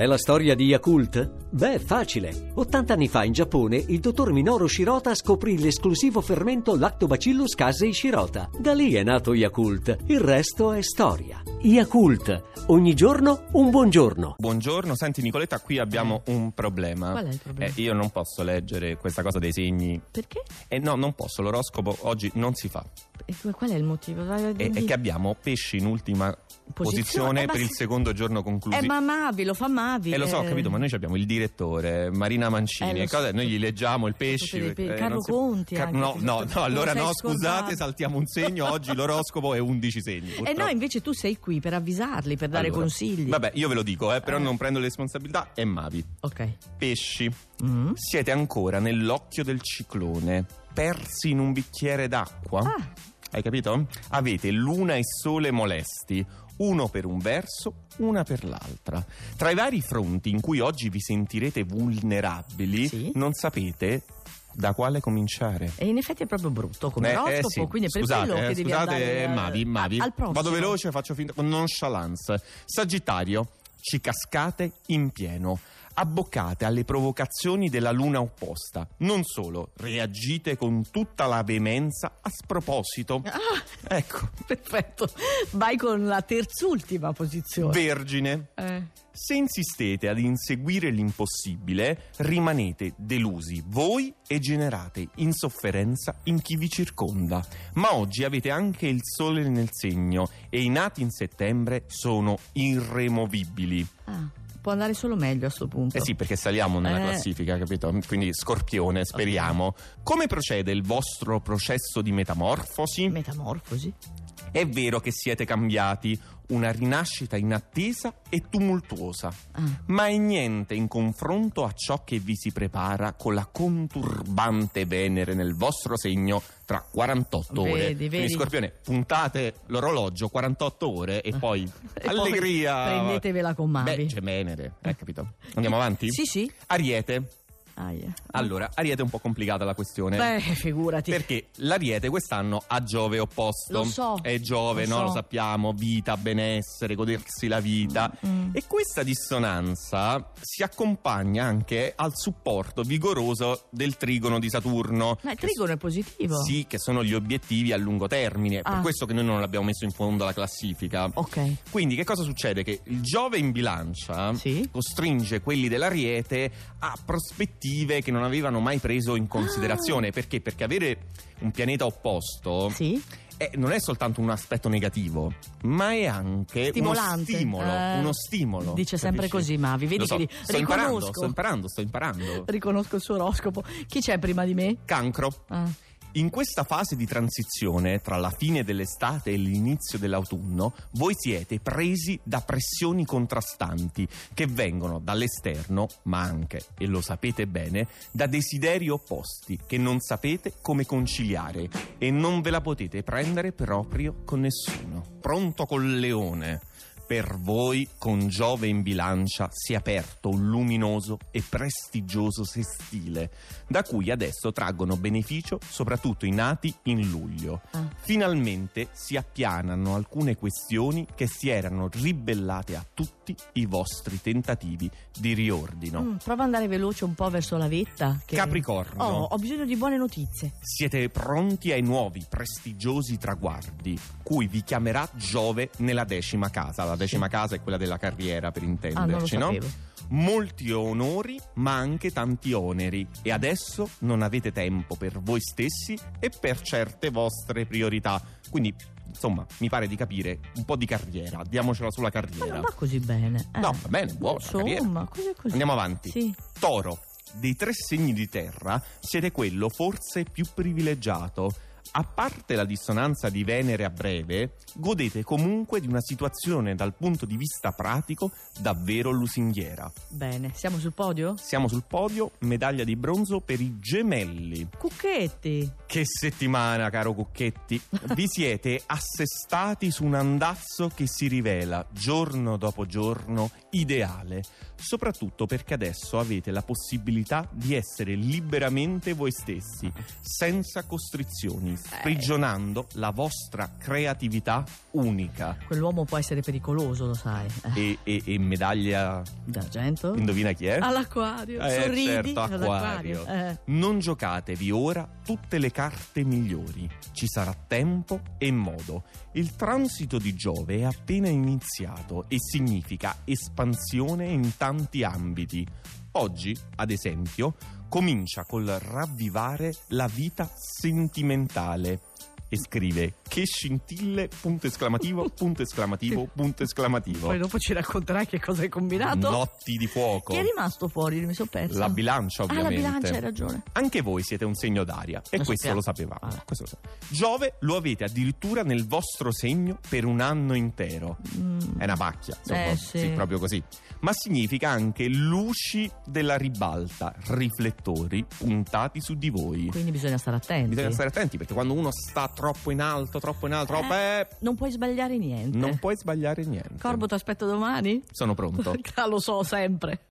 è la storia di Yakult? Beh, facile. 80 anni fa in Giappone il dottor Minoru Shirota scoprì l'esclusivo fermento Lactobacillus casei Shirota. Da lì è nato Yakult. Il resto è storia. Yakult. Ogni giorno un buongiorno. Buongiorno, senti Nicoletta, qui abbiamo un problema. Qual è il problema? Io non posso leggere questa cosa dei segni. Perché? No, non posso, l'oroscopo oggi non si fa. E qual è il motivo? È che abbiamo pesci in ultima posizione per il secondo giorno conclusivo. Ma Mavi, lo fa Mavi. Lo so, ho capito, ma noi abbiamo il direttore, Marina Mancini, e so. noi gli leggiamo il pesci. Carlo Conti. No, allora no, scusate, saltiamo un segno, oggi l'oroscopo è 11 segni. No, invece tu sei qui per avvisarli, per dare consigli. Vabbè, io ve lo dico, però non prendo le responsabilità, è Mavi. Ok. Pesci, siete ancora nell'occhio del ciclone, persi in un bicchiere d'acqua. Hai capito? Avete luna e sole molesti, uno per un verso, una per l'altra. Tra i vari fronti in cui oggi vi sentirete vulnerabili, sì, non sapete da quale cominciare. E in effetti è proprio brutto come oroscopo, sì. Quindi è per quello che devi andare Mavi. al prossimo. Vado veloce, faccio finta con nonchalance. Sagittario, ci cascate in pieno. Abboccate alle provocazioni della luna opposta. Non solo, reagite con tutta la veemenza a sproposito. Ecco. Perfetto. Vai con la terzultima posizione. Vergine. Se insistete ad inseguire l'impossibile, rimanete delusi voi e generate insofferenza in chi vi circonda. Ma oggi avete anche il sole nel segno e i nati in settembre sono irremovibili. Può andare solo meglio a sto punto. Sì, perché saliamo nella classifica, capito? Quindi Scorpione, speriamo. Okay. Come procede il vostro processo di metamorfosi? Metamorfosi? È vero che siete cambiati, una rinascita inattesa e tumultuosa, ma è niente in confronto a ciò che vi si prepara con la conturbante Venere nel vostro segno tra 48 ore. Vedi. Scorpione, puntate l'orologio 48 ore e poi allegria. Poi prendetevela con Mavi. Beh, c'è Venere, capito? Andiamo avanti? Sì. Ariete. Allora, Ariete è un po' complicata la questione. Beh, figurati. Perché l'Ariete quest'anno ha Giove opposto. Lo so. È Giove, lo sappiamo, vita, benessere, godersi la vita. E questa dissonanza si accompagna anche al supporto vigoroso del trigono di Saturno. Ma il trigono è positivo. Sì, che sono gli obiettivi a lungo termine. Per questo che noi non l'abbiamo messo in fondo alla classifica. Ok. Quindi che cosa succede? Che il Giove in bilancia costringe quelli dell'Ariete a prospettive che non avevano mai preso in considerazione. Perché? Perché avere un pianeta opposto non è soltanto un aspetto negativo, ma è anche stimolante. Uno stimolo. Dice sempre così, Mavi. Vedi che sto imparando. Riconosco il suo oroscopo. Chi c'è prima di me? Cancro. In questa fase di transizione tra la fine dell'estate e l'inizio dell'autunno, voi siete presi da pressioni contrastanti che vengono dall'esterno, ma anche, e lo sapete bene, da desideri opposti che non sapete come conciliare e non ve la potete prendere proprio con nessuno. Pronto col Leone. Per voi, con Giove in bilancia, si è aperto un luminoso e prestigioso sestile, da cui adesso traggono beneficio soprattutto i nati in luglio. Finalmente si appianano alcune questioni che si erano ribellate a tutti i vostri tentativi di riordino. Prova ad andare veloce un po' verso la vetta. Capricorno. Ho bisogno di buone notizie. Siete pronti ai nuovi prestigiosi traguardi, cui vi chiamerà Giove nella 10ª casa. La 10ª casa è quella della carriera, per intenderci, non lo no? Molti onori, ma anche tanti oneri. E adesso non avete tempo per voi stessi e per certe vostre priorità. Quindi, insomma, mi pare di capire un po' di carriera. Diamocela sulla carriera. Ma non va così bene. No, va bene, buona carriera. Così. Andiamo avanti. Sì. Toro. Dei 3 segni di terra siete quello forse più privilegiato. A parte la dissonanza di Venere a breve, godete comunque di una situazione dal punto di vista pratico davvero lusinghiera. Bene, siamo sul podio? Siamo sul podio, medaglia di bronzo per i Gemelli. Cucchetti! Che settimana, caro Cucchetti! Vi siete assestati su un andazzo che si rivela giorno dopo giorno ideale, soprattutto perché adesso avete la possibilità di essere liberamente voi stessi, senza costrizioni. limitazioni, sprigionando la vostra creatività unica. Quell'uomo può essere pericoloso, lo sai. E medaglia D'argento? indovina chi è? All'acquario. Sorridi. Certo, acquario. Non giocatevi ora tutte le carte migliori. Ci sarà tempo e modo. Il transito di Giove è appena iniziato e significa espansione in tanti ambiti. Oggi, ad esempio, comincia col ravvivare la vita sentimentale. E scrive che scintille, punto esclamativo, punto esclamativo, punto esclamativo. Poi dopo ci racconterai che cosa hai combinato. Notti di fuoco. Chi è rimasto fuori? Mi sono persa. La bilancia, ovviamente. La bilancia, hai ragione. Anche voi siete un segno d'aria e questo lo sapevamo. Questo lo sapevamo. Giove lo avete addirittura nel vostro segno per un anno intero. È una pacchia, insomma, sì, proprio così. Ma significa anche luci della ribalta, riflettori puntati su di voi. Quindi bisogna stare attenti. Bisogna stare attenti perché quando uno sta troppo in alto, non puoi sbagliare niente. Non puoi sbagliare niente. Corbo, ti aspetto domani? Sono pronto. Lo so sempre.